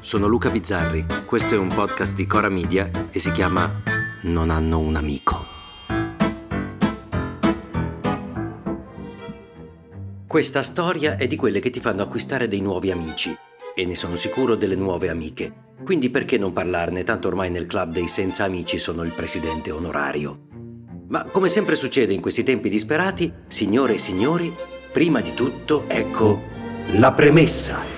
sono Luca Bizzarri, questo è un podcast di Cora Media e si chiama Non hanno un amico. Questa storia è di quelle che ti fanno acquistare dei nuovi amici e ne sono sicuro delle nuove amiche, quindi perché non parlarne, tanto ormai nel club dei senza amici sono il presidente onorario. Ma come sempre succede in questi tempi disperati, signore e signori, prima di tutto, ecco, la premessa.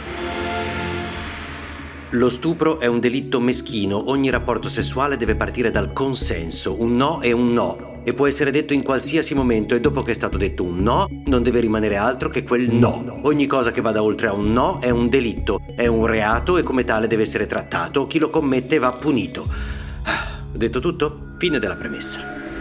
Lo stupro è un delitto meschino, ogni rapporto sessuale deve partire dal consenso, un no è un no, e può essere detto in qualsiasi momento, e dopo che è stato detto un no, non deve rimanere altro che quel no. Ogni cosa che vada oltre a un no è un delitto, è un reato e come tale deve essere trattato, chi lo commette va punito. Detto tutto? Fine della premessa.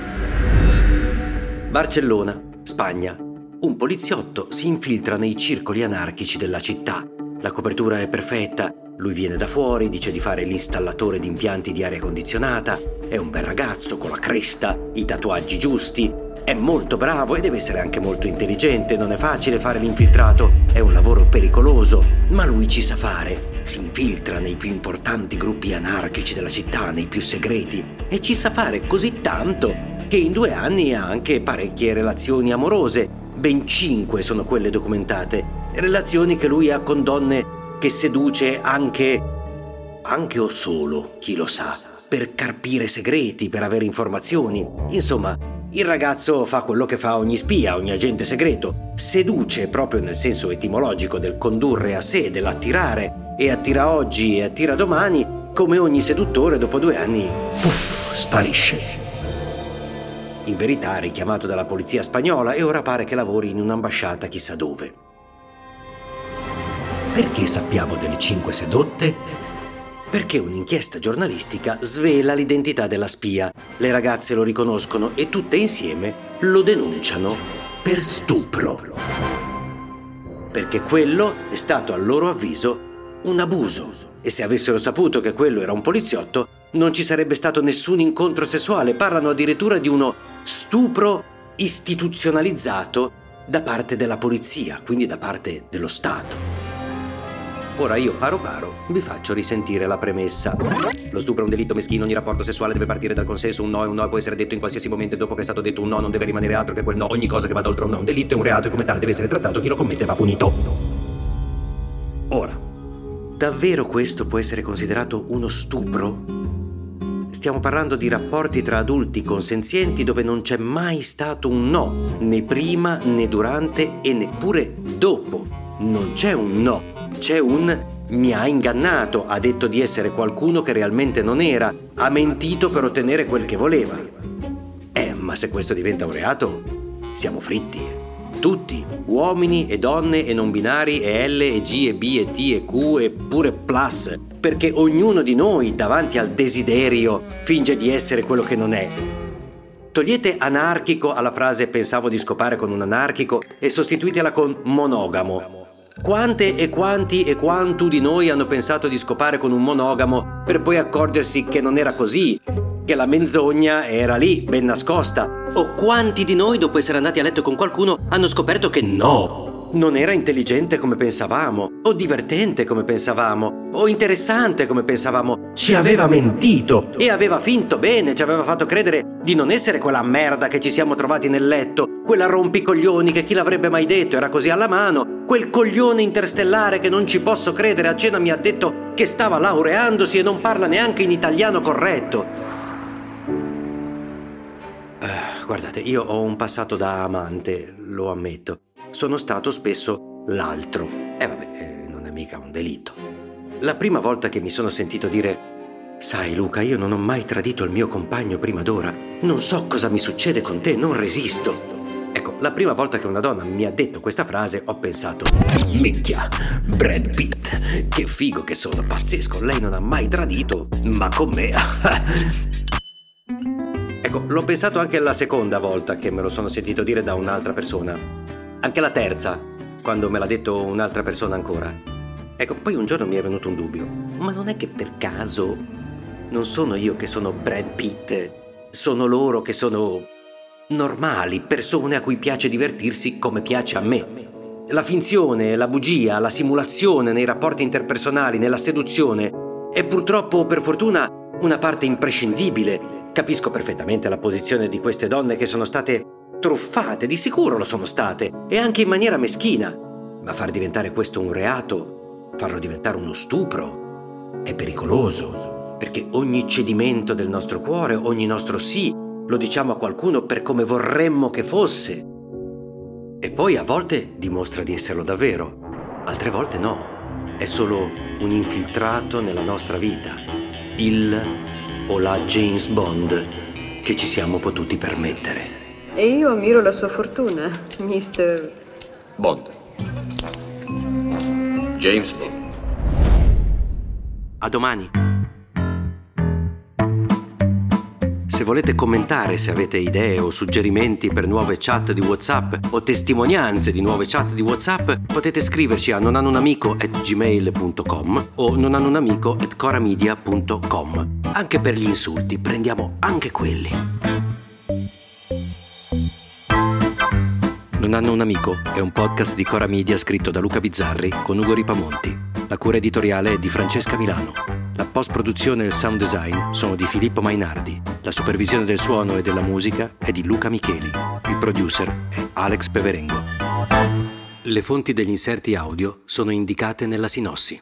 Barcellona, Spagna. Un poliziotto si infiltra nei circoli anarchici della città. La copertura è perfetta. Lui viene da fuori, dice di fare l'installatore di impianti di aria condizionata, è un bel ragazzo con la cresta, i tatuaggi giusti, è molto bravo e deve essere anche molto intelligente, non è facile fare l'infiltrato, è un lavoro pericoloso, ma lui ci sa fare, si infiltra nei più importanti gruppi anarchici della città, nei più segreti, e ci sa fare così tanto che in 2 anni ha anche parecchie relazioni amorose, ben 5 sono quelle documentate, relazioni che lui ha con donne che seduce anche o solo, chi lo sa, per carpire segreti, per avere informazioni. Insomma, il ragazzo fa quello che fa ogni spia, ogni agente segreto. Seduce proprio nel senso etimologico del condurre a sé, dell'attirare, e attira oggi e attira domani, come ogni seduttore dopo 2 anni, puff, sparisce. In verità richiamato dalla polizia spagnola e ora pare che lavori in un'ambasciata chissà dove. Perché sappiamo delle 5 sedotte? Perché un'inchiesta giornalistica svela l'identità della spia. Le ragazze lo riconoscono e tutte insieme lo denunciano per stupro. Perché quello è stato a loro avviso un abuso. E se avessero saputo che quello era un poliziotto, non ci sarebbe stato nessun incontro sessuale. Parlano addirittura di uno stupro istituzionalizzato da parte della polizia, quindi da parte dello Stato. Ora io paro vi faccio risentire la premessa. Lo stupro è un delitto meschino, ogni rapporto sessuale deve partire dal consenso, un no è un no e può essere detto in qualsiasi momento e dopo che è stato detto un no non deve rimanere altro che quel no. Ogni cosa che vada oltre un no è un delitto, è un reato e come tale deve essere trattato, chi lo commette va punito. Ora, davvero questo può essere considerato uno stupro? Stiamo parlando di rapporti tra adulti consenzienti dove non c'è mai stato un no, né prima né durante e neppure dopo. Non c'è un no. C'è un mi ha ingannato, ha detto di essere qualcuno che realmente non era, ha mentito per ottenere quel che voleva. Ma se questo diventa un reato, siamo fritti. Tutti, uomini e donne e non binari e L e G e B e T e Q e pure plus, perché ognuno di noi davanti al desiderio finge di essere quello che non è. Togliete anarchico alla frase pensavo di scopare con un anarchico e sostituitela con monogamo. Quante e quanti e quantu di noi hanno pensato di scopare con un monogamo per poi accorgersi che non era così, che la menzogna era lì, ben nascosta? O quanti di noi dopo essere andati a letto con qualcuno hanno scoperto che no, non era intelligente come pensavamo, o divertente come pensavamo, o interessante come pensavamo, ci aveva mentito e aveva finto bene, ci aveva fatto credere di non essere quella merda che ci siamo trovati nel letto, quella rompicoglioni che chi l'avrebbe mai detto era così alla mano, quel coglione interstellare che non ci posso credere a cena mi ha detto che stava laureandosi e non parla neanche in italiano corretto. Guardate, io ho un passato da amante, lo ammetto. Sono stato spesso l'altro. Non è mica un delitto. La prima volta che mi sono sentito dire «Sai Luca, io non ho mai tradito il mio compagno prima d'ora. Non so cosa mi succede con te, non resisto». Ecco, la prima volta che una donna mi ha detto questa frase ho pensato «Minchia, Brad Pitt, che figo che sono, pazzesco, lei non ha mai tradito, ma con me». Ecco, l'ho pensato anche la seconda volta che me lo sono sentito dire da un'altra persona. Anche la terza, quando me l'ha detto un'altra persona ancora. Ecco, poi un giorno mi è venuto un dubbio. Ma non è che per caso non sono io che sono Brad Pitt, sono loro che sono normali, persone a cui piace divertirsi come piace a me. La finzione, la bugia, la simulazione nei rapporti interpersonali, nella seduzione È purtroppo o per fortuna una parte imprescindibile. Capisco perfettamente la posizione di queste donne che sono state truffate, di sicuro lo sono state, e anche in maniera meschina. Ma far diventare questo un reato, farlo diventare uno stupro, è pericoloso, perché ogni cedimento del nostro cuore, ogni nostro sì, lo diciamo a qualcuno per come vorremmo che fosse. E poi a volte dimostra di esserlo davvero, altre volte no. È solo un infiltrato nella nostra vita, il o la James Bond che ci siamo potuti permettere. E io ammiro la sua fortuna, Mr. Bond. James Bond. A domani. Se volete commentare, se avete idee o suggerimenti per nuove chat di WhatsApp o testimonianze di nuove chat di WhatsApp, potete scriverci a nonhannounamico@gmail.com o nonhannounamico@coramedia.com. Anche per gli insulti, prendiamo anche quelli. Non hanno un amico è un podcast di Cora Media scritto da Luca Bizzarri con Ugo Ripamonti. La cura editoriale è di Francesca Milano. La post-produzione e il sound design sono di Filippo Mainardi. La supervisione del suono e della musica è di Luca Micheli. Il producer è Alex Peverengo. Le fonti degli inserti audio sono indicate nella sinossi.